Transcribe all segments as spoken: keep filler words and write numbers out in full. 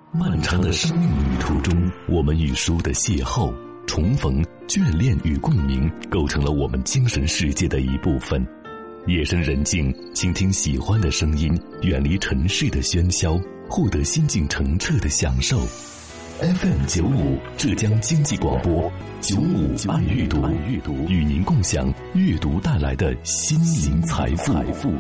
漫长的生命旅途中，我们与书的邂逅、重逢、眷恋与共鸣，构成了我们精神世界的一部分。夜深人静，倾听喜欢的声音，远离尘世的喧嚣，获得心境澄澈的享受。F M 九五浙江经济广播九五爱阅读，与您共享阅读带来的心灵财富。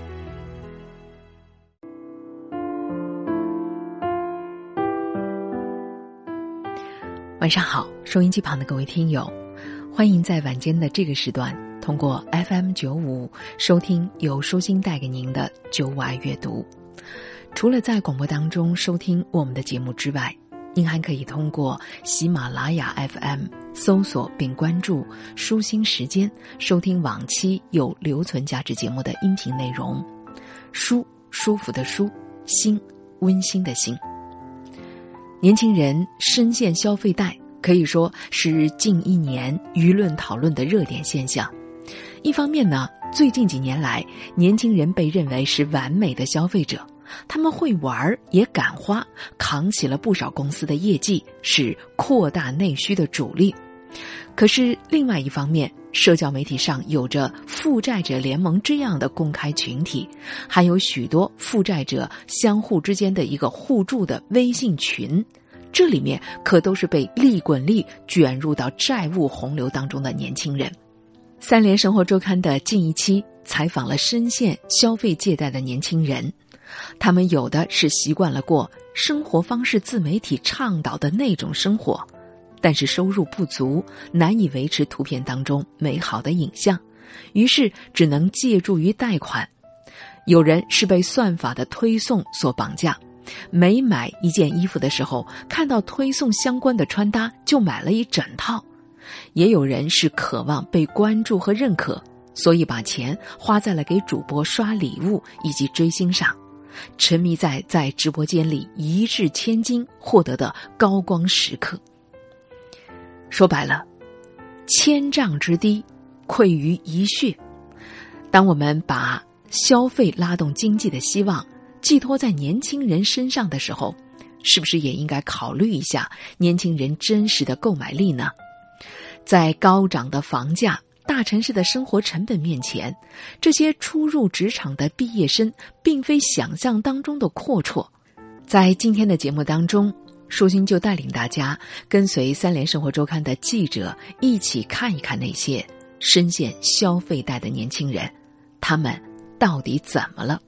晚上好，收音机旁的各位听友，欢迎在晚间的这个时段通过 F M 九五收听由舒心带给您的九五爱阅读。除了在广播当中收听我们的节目之外，您还可以通过喜马拉雅 F M 搜索并关注舒心时间，收听往期有留存价值节目的音频内容。舒，舒服的舒，心，温馨的心。年轻人深陷消费贷可以说是近一年舆论讨论的热点现象。一方面呢，最近几年来，年轻人被认为是完美的消费者，他们会玩也敢花，扛起了不少公司的业绩，是扩大内需的主力。可是另外一方面，社交媒体上有着负债者联盟这样的公开群体，还有许多负债者相互之间的一个互助的微信群，这里面可都是被利滚利卷入到债务洪流当中的年轻人。三联生活周刊的近一期采访了深陷消费借贷的年轻人，他们有的是习惯了过生活方式自媒体倡导的那种生活，但是收入不足，难以维持图片当中美好的影像，于是只能借助于贷款。有人是被算法的推送所绑架，每买一件衣服的时候，看到推送相关的穿搭就买了一整套。也有人是渴望被关注和认可，所以把钱花在了给主播刷礼物以及追星上，沉迷在在直播间里一掷千金获得的高光时刻。说白了，千丈之堤溃于蚁穴。当我们把消费拉动经济的希望寄托在年轻人身上的时候，是不是也应该考虑一下年轻人真实的购买力呢？在高涨的房价、大城市的生活成本面前，这些初入职场的毕业生并非想象当中的阔绰。在今天的节目当中，舒心就带领大家跟随三联生活周刊的记者一起看一看那些深陷消费贷的年轻人，他们到底怎么了？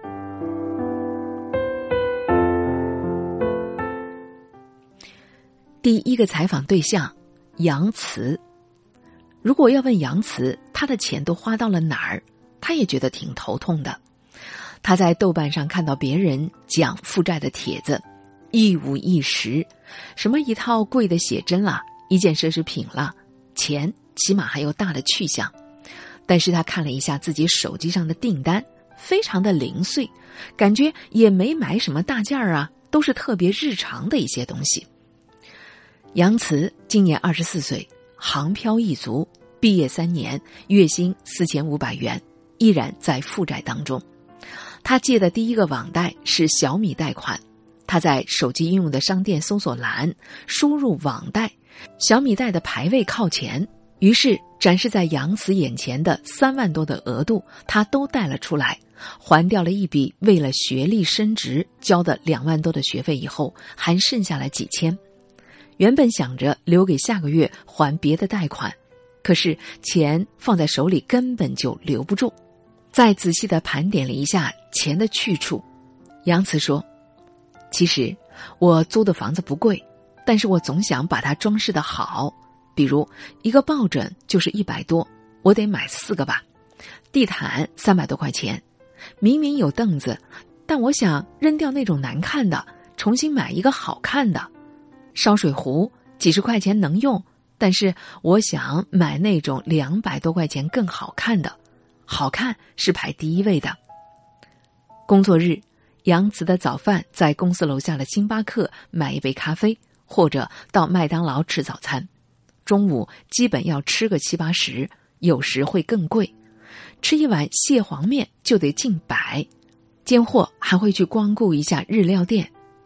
第一个采访对象杨慈。如果要问杨慈他的钱都花到了哪儿，他也觉得挺头痛的。他在豆瓣上看到别人讲负债的帖子，一五一十，什么一套贵的写真啦，一件奢侈品啦，钱起码还有大的去向。但是他看了一下自己手机上的订单，非常的零碎，感觉也没买什么大件儿啊，都是特别日常的一些东西。杨慈今年二十四岁，杭漂一族，毕业三年，月薪四千五百元，依然在负债当中。他借的第一个网贷是小米贷款，他在手机应用的商店搜索栏输入网贷，小米贷的排位靠前，于是展示在杨慈眼前的三万多的额度他都贷了出来，还掉了一笔为了学历升职交的两万多的学费以后，还剩下了几千。原本想着留给下个月还别的贷款，可是钱放在手里根本就留不住。再仔细地盘点了一下钱的去处，杨慈说，其实我租的房子不贵，但是我总想把它装饰得好，比如一个抱枕就是一百多，我得买四个吧。地毯三百多块钱，明明有凳子，但我想扔掉那种难看的，重新买一个好看的。烧水壶几十块钱能用，但是我想买那种两百多块钱更好看的，好看是排第一位的。工作日，杨慈的早饭在公司楼下的星巴克买一杯咖啡，或者到麦当劳吃早餐。中午基本要吃个七八十，有时会更贵。吃一碗蟹黄面就得近百。间货还会去光顾一下日料店，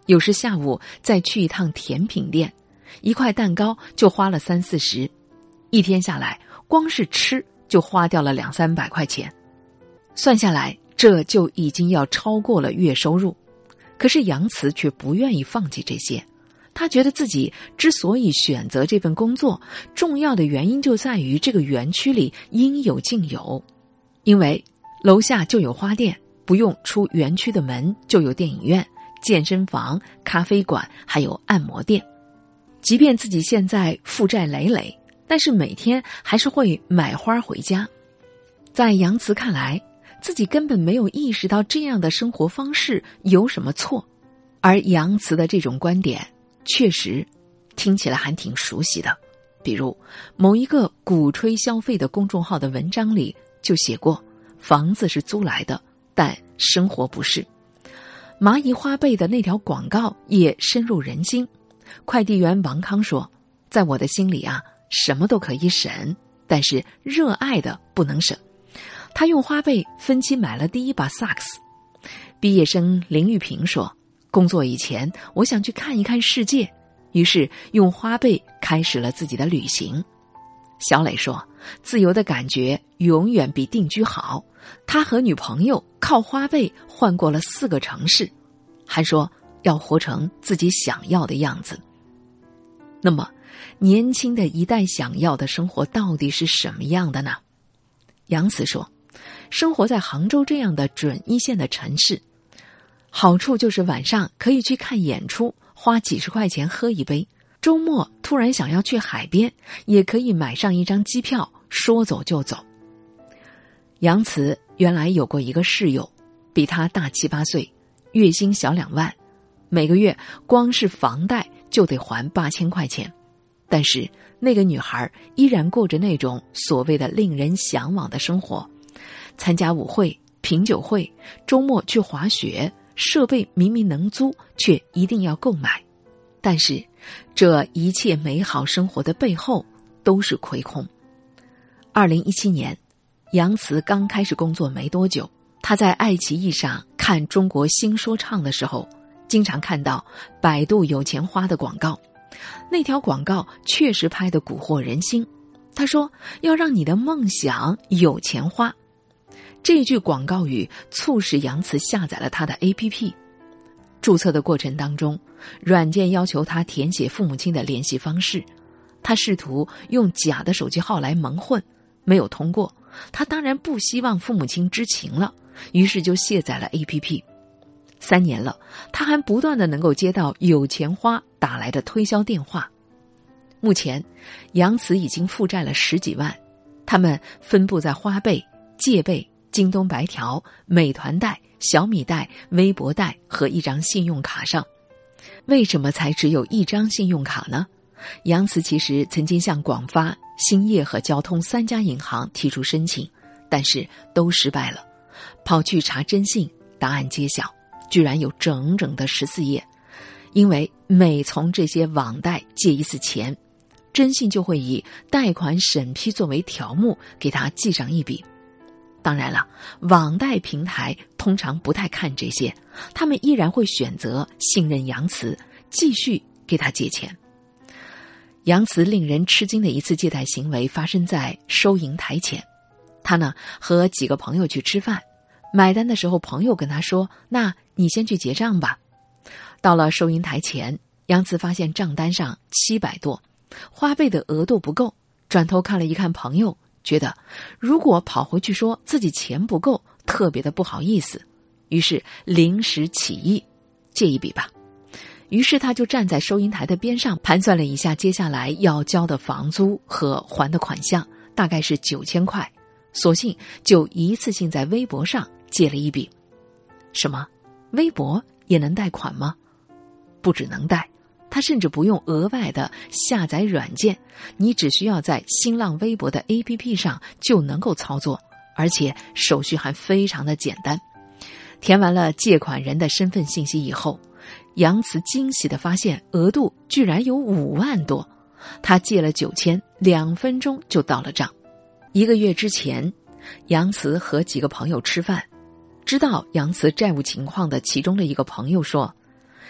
有时下午再去一趟甜品店，一块蛋糕就花了三四十，一天下来光是吃就花掉了两三百块钱，算下来这就已经要超过了月收入。可是杨慈却不愿意放弃这些，他觉得自己之所以选择这份工作，重要的原因就在于这个园区里应有尽有，因为楼下就有花店，不用出园区的门就有电影院、健身房、咖啡馆，还有按摩店。即便自己现在负债累累，但是每天还是会买花回家。在杨慈看来，自己根本没有意识到这样的生活方式有什么错，而杨慈的这种观点确实听起来还挺熟悉的。比如某一个鼓吹消费的公众号的文章里就写过，房子是租来的，但生活不是。蚂蚁花呗的那条广告也深入人心。快递员王康说，在我的心里啊，什么都可以省，但是热爱的不能省。他用花呗分期买了第一把萨克斯。毕业生林玉萍说，工作以前我想去看一看世界，于是用花呗开始了自己的旅行。小磊说，自由的感觉永远比定居好，他和女朋友靠花呗换过了四个城市，还说要活成自己想要的样子。那么年轻的一代想要的生活到底是什么样的呢？杨慈说，生活在杭州这样的准一线的城市，好处就是晚上可以去看演出，花几十块钱喝一杯，周末突然想要去海边，也可以买上一张机票，说走就走。杨慈原来有过一个室友，比他大七八岁，月薪小两万，每个月光是房贷就得还八千块钱。但是那个女孩依然过着那种所谓的令人向往的生活，参加舞会、品酒会，周末去滑雪，设备明明能租，却一定要购买。但是这一切美好生活的背后都是亏空。二零一七年，杨慈刚开始工作没多久，他在爱奇艺上看中国新说唱的时候，经常看到百度有钱花的广告。那条广告确实拍得蛊惑人心，他说要让你的梦想有钱花。这句广告语促使杨慈下载了他的 A P P。 注册的过程当中，软件要求他填写父母亲的联系方式，他试图用假的手机号来蒙混，没有通过。他当然不希望父母亲知情了，于是就卸载了 A P P。三年了，他还不断的能够接到有钱花打来的推销电话。目前杨慈已经负债了十几万，他们分布在花呗、借呗、京东白条、美团贷、小米贷、微博贷和一张信用卡上。为什么才只有一张信用卡呢？杨慈其实曾经向广发、兴业和交通三家银行提出申请，但是都失败了。跑去查征信，答案揭晓，居然有整整的十四页。因为每从这些网贷借一次钱，征信就会以贷款审批作为条目给他记上一笔。当然了，网贷平台通常不太看这些，他们依然会选择信任杨慈，继续给他借钱。杨慈令人吃惊的一次借贷行为发生在收银台前。他呢和几个朋友去吃饭，买单的时候朋友跟他说，那你先去结账吧。到了收银台前，杨慈发现账单上七百多，花呗的额度不够，转头看了一看朋友，觉得如果跑回去说自己钱不够，特别的不好意思，于是临时起意，借一笔吧。于是他就站在收银台的边上，盘算了一下接下来要交的房租和还的款项，大概是九千块，索性就一次性在微博上借了一笔。什么？微博也能贷款吗？不只能贷，他甚至不用额外的下载软件，你只需要在新浪微博的 A P P 上就能够操作，而且手续还非常的简单。填完了借款人的身份信息以后，杨慈惊喜地发现额度居然有五万多，他借了九千，两分钟就到了账。一个月之前，杨慈和几个朋友吃饭，知道杨慈债务情况的其中的一个朋友说，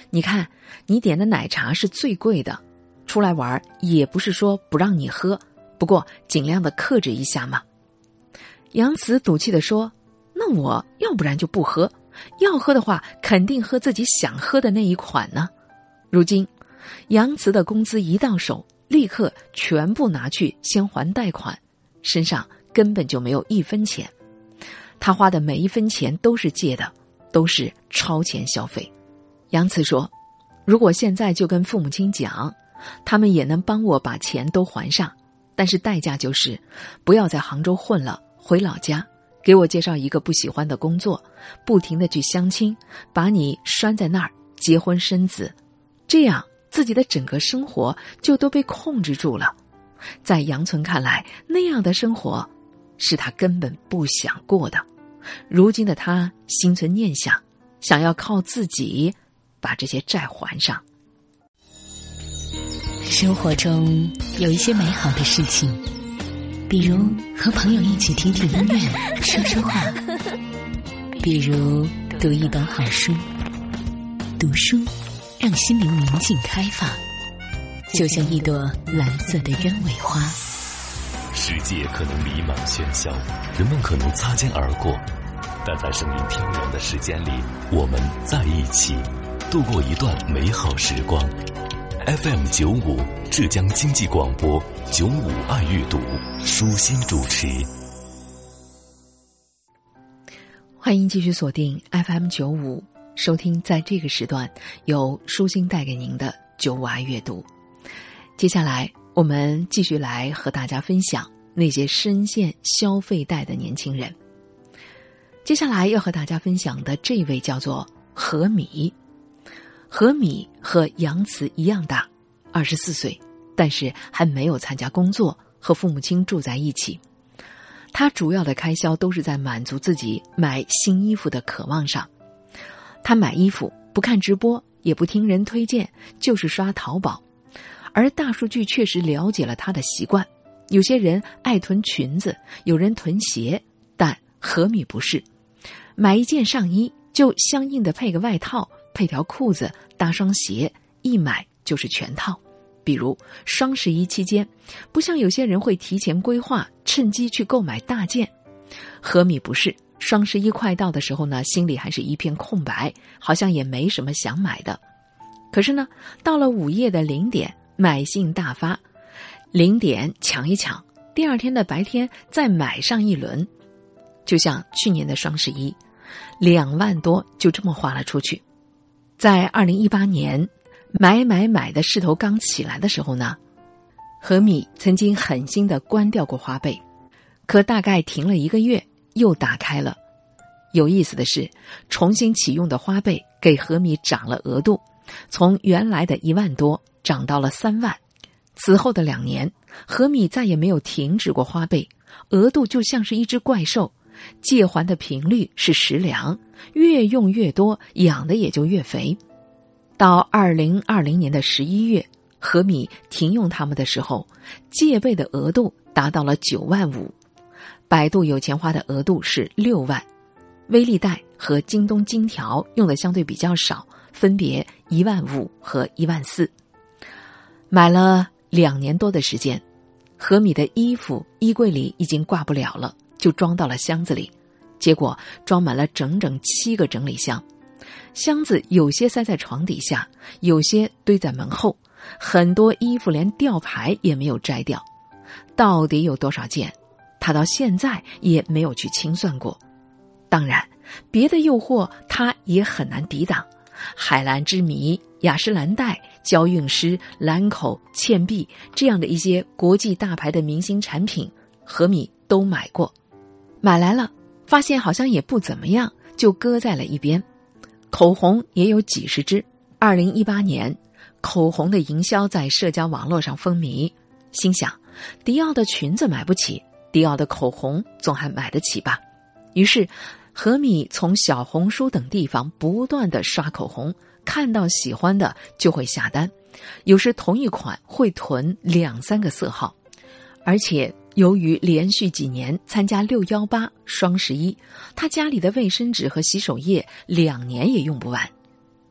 你看，你点的奶茶是最贵的，出来玩也不是说不让你喝，不过尽量的克制一下嘛。杨慈赌气地说，那我要不然就不喝，要喝的话肯定喝自己想喝的那一款呢。如今杨慈的工资一到手，立刻全部拿去先还贷款，身上根本就没有一分钱。他花的每一分钱都是借的，都是超前消费。杨慈说，如果现在就跟父母亲讲，他们也能帮我把钱都还上，但是代价就是不要在杭州混了，回老家给我介绍一个不喜欢的工作，不停地去相亲，把你拴在那儿结婚生子，这样自己的整个生活就都被控制住了。在杨存看来，那样的生活是他根本不想过的。如今的他心存念想，想要靠自己把这些债还上。 生活中有一些美好的事情，比如和朋友一起听听音乐，说说话，比如读一本好书。读书让心灵宁静开放，就像一朵蓝色的鸢尾花。 世界可能弥漫喧嚣，人们可能擦肩而过，但在声音飘扬的时间里，我们在一起度过一段美好时光。 F M 九五 浙江经济广播九五爱阅读，舒心主持。 欢迎继续锁定 F M 九五，收听在这个时段由舒心带给您的九五爱阅读。接下来我们继续来和大家分享那些深陷消费贷的年轻人。接下来要和大家分享的这位叫做何米。何米和杨慈一样大，二十四岁，但是还没有参加工作，和父母亲住在一起。他主要的开销都是在满足自己买新衣服的渴望上。他买衣服不看直播，也不听人推荐，就是刷淘宝。而大数据确实了解了他的习惯，有些人爱囤裙子，有人囤鞋，但何米不是。买一件上衣就相应的配个外套，配条裤子，搭双鞋，一买就是全套。比如双十一期间，不像有些人会提前规划，趁机去购买大件。何米不是，双十一快到的时候呢，心里还是一片空白，好像也没什么想买的。可是呢，到了午夜的零点，买性大发，零点抢一抢，第二天的白天再买上一轮。就像去年的双十一，两万多就这么花了出去。在二零一八年买买买的势头刚起来的时候呢，何米曾经狠心地关掉过花呗，可大概停了一个月又打开了。有意思的是，重新启用的花呗给何米涨了额度，从原来的一万多涨到了三万。此后的两年，何米再也没有停止过花呗，额度就像是一只怪兽，借还的频率是食粮，越用越多，养的也就越肥。到二零二零年的十一月，何米停用他们的时候，借呗的额度达到了九万五，百度有钱花的额度是六万，微粒贷和京东金条用的相对比较少，分别一万五和一万四。买了两年多的时间，何米的衣服衣柜里已经挂不了了，就装到了箱子里，结果装满了整整七个整理箱。箱子有些塞在床底下，有些堆在门后，很多衣服连吊牌也没有摘掉。到底有多少件，他到现在也没有去清算过。当然，别的诱惑他也很难抵挡，海蓝之谜、雅诗兰黛、娇韵诗、兰蔻、倩碧这样的一些国际大牌的明星产品，何米都买过。买来了，发现好像也不怎么样，就搁在了一边。口红也有几十支。二零一八年，口红的营销在社交网络上风靡，心想，迪奥的裙子买不起，迪奥的口红总还买得起吧。于是，何米从小红书等地方不断地刷口红，看到喜欢的就会下单，有时同一款会囤两三个色号。而且由于连续几年参加六一八、双十一，他家里的卫生纸和洗手液两年也用不完。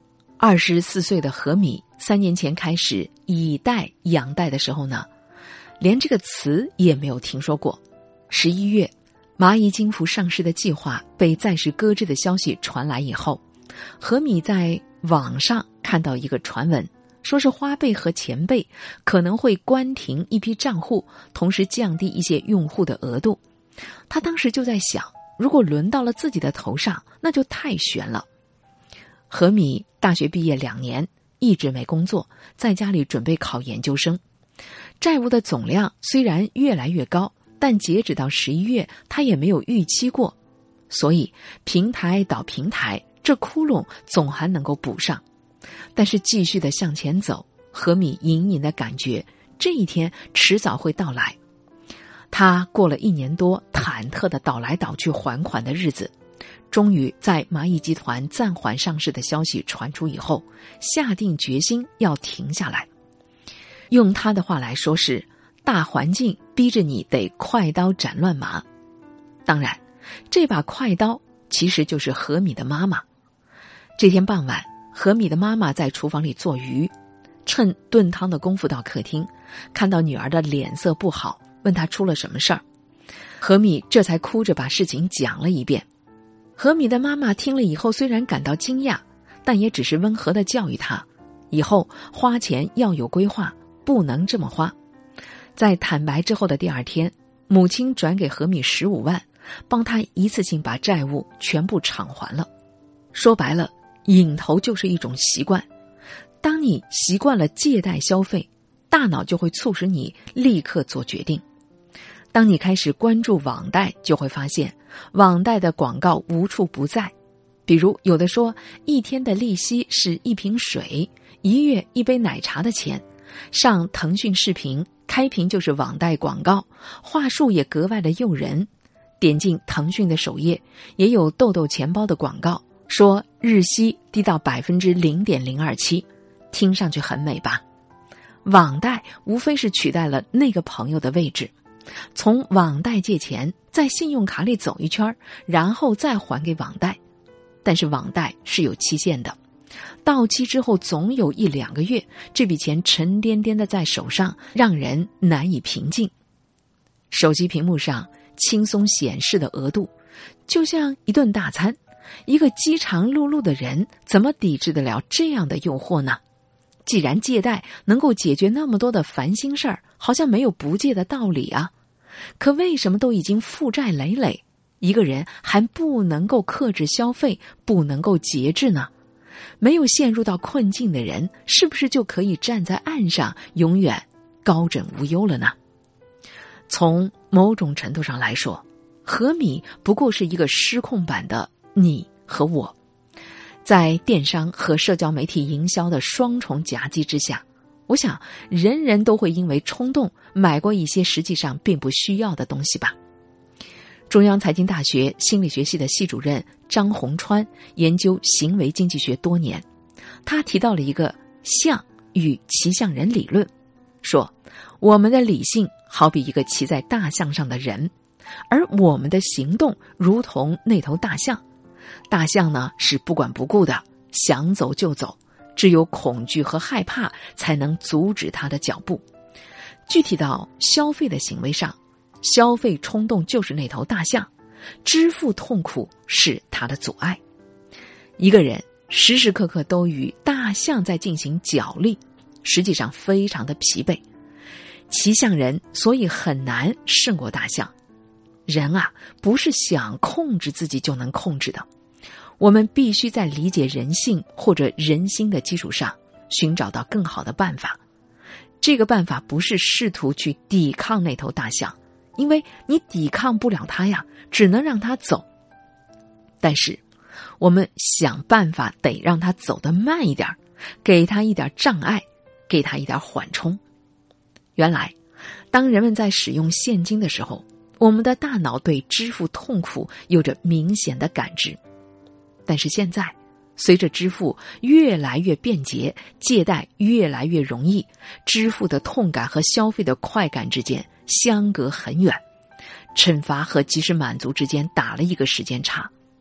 二十四岁的何米三年前开始以贷养贷的时候呢，连这个词也没有听说过。十一月，蚂蚁金服上市的计划被暂时搁置的消息传来以后，何米在网上看到一个传闻，说是花呗和钱贝可能会关停一批账户，同时降低一些用户的额度。他当时就在想，如果轮到了自己的头上，那就太悬了。何米大学毕业两年，一直没工作，在家里准备考研究生。债务的总量虽然越来越高，但截止到十一月，他也没有逾期过。所以平台倒平台，这窟窿总还能够补上。但是继续的向前走，何米隐隐的感觉，这一天迟早会到来。他过了一年多忐忑的倒来倒去还款的日子，终于在蚂蚁集团暂缓上市的消息传出以后，下定决心要停下来。用他的话来说是，大环境逼着你得快刀斩乱麻。当然，这把快刀其实就是何米的妈妈。这天傍晚，何米的妈妈在厨房里做鱼，趁炖汤的功夫到客厅，看到女儿的脸色不好，问她出了什么事儿。何米这才哭着把事情讲了一遍。何米的妈妈听了以后虽然感到惊讶，但也只是温和地教育她，以后花钱要有规划，不能这么花。在坦白之后的第二天，母亲转给何米十五万，帮他一次性把债务全部偿还了。说白了，瘾头就是一种习惯。当你习惯了借贷消费，大脑就会促使你立刻做决定。当你开始关注网贷，就会发现网贷的广告无处不在。比如有的说一天的利息是一瓶水，一月一杯奶茶的钱。上腾讯视频，开屏就是网贷广告，话术也格外的诱人。点进腾讯的首页，也有豆豆钱包的广告，说日息低到 百分之零点零二七， 听上去很美吧？网贷无非是取代了那个朋友的位置，从网贷借钱，在信用卡里走一圈，然后再还给网贷。但是网贷是有期限的，到期之后总有一两个月，这笔钱沉甸甸的在手上，让人难以平静。手机屏幕上轻松显示的额度，就像一顿大餐，一个饥肠辘辘的人怎么抵制得了这样的诱惑呢？既然借贷能够解决那么多的烦心事儿，好像没有不借的道理啊。可为什么都已经负债累累，一个人还不能够克制消费，不能够节制呢？没有陷入到困境的人，是不是就可以站在岸上永远高枕无忧了呢？从某种程度上来说，何米不过是一个失控版的你和我。在电商和社交媒体营销的双重夹击之下，我想人人都会因为冲动买过一些实际上并不需要的东西吧。中央财经大学心理学系的系主任张洪川研究行为经济学多年，他提到了一个象与骑象人理论，说我们的理性好比一个骑在大象上的人，而我们的行动如同那头大象。大象呢是不管不顾的，想走就走，只有恐惧和害怕才能阻止它的脚步。具体到消费的行为上，消费冲动就是那头大象，支付痛苦是它的阻碍。一个人时时刻刻都与大象在进行角力，实际上非常的疲惫。骑象人所以很难胜过大象。人啊，不是想控制自己就能控制的，我们必须在理解人性或者人心的基础上，寻找到更好的办法。这个办法不是试图去抵抗那头大象，因为你抵抗不了它呀，只能让它走。但是我们想办法得让它走得慢一点，给它一点障碍，给它一点缓冲。原来当人们在使用现金的时候，我们的大脑对支付痛苦有着明显的感知。但是现在随着支付越来越便捷，借贷越来越容易，支付的痛感和消费的快感之间相隔很远，惩罚和及时满足之间打了一个时间差。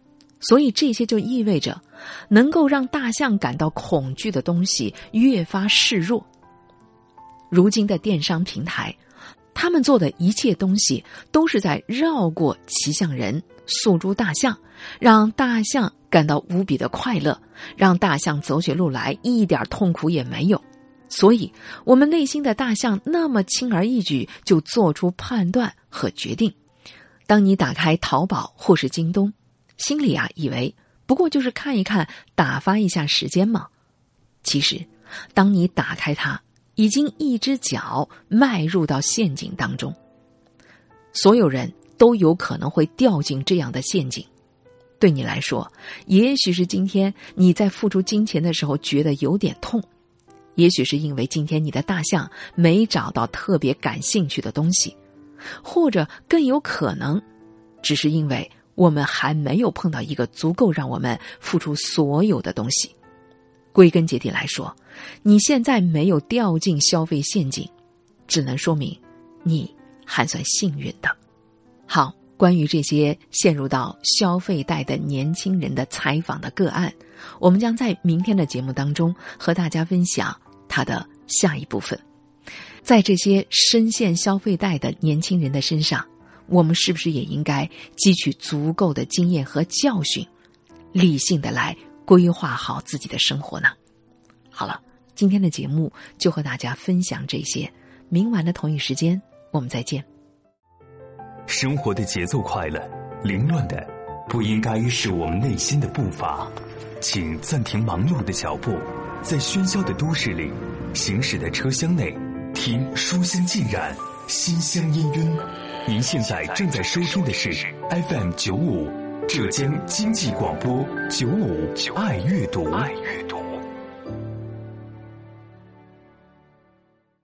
所以这些就意味着，能够让大象感到恐惧的东西越发示弱。如今的电商平台，他们做的一切东西都是在绕过骑象人，诉诸大象，让大象感到无比的快乐，让大象走起路来一点痛苦也没有。所以我们内心的大象那么轻而易举就做出判断和决定。当你打开淘宝或是京东，心里啊以为不过就是看一看，打发一下时间嘛。其实当你打开它，已经一只脚迈入到陷阱当中。所有人都有可能会掉进这样的陷阱。对你来说，也许是今天你在付出金钱的时候觉得有点痛，也许是因为今天你的大象没找到特别感兴趣的东西，或者更有可能只是因为我们还没有碰到一个足够让我们付出所有的东西。归根结底来说，你现在没有掉进消费陷阱，只能说明你还算幸运的。好，关于这些陷入到消费贷的年轻人的采访的个案，我们将在明天的节目当中和大家分享它的下一部分。在这些深陷消费贷的年轻人的身上，我们是不是也应该汲取足够的经验和教训，理性的来规划好自己的生活呢？好了，今天的节目就和大家分享这些，明晚的同一时间我们再见。 生活的节奏快了，凌乱的不应该是我们内心的步伐。请暂停忙碌的脚步，在喧嚣的都市里，行驶的车厢内，听书香浸染，心香氤氲。您现在正在收听的是 F M 九五浙江经济广播九五爱阅读。爱阅读。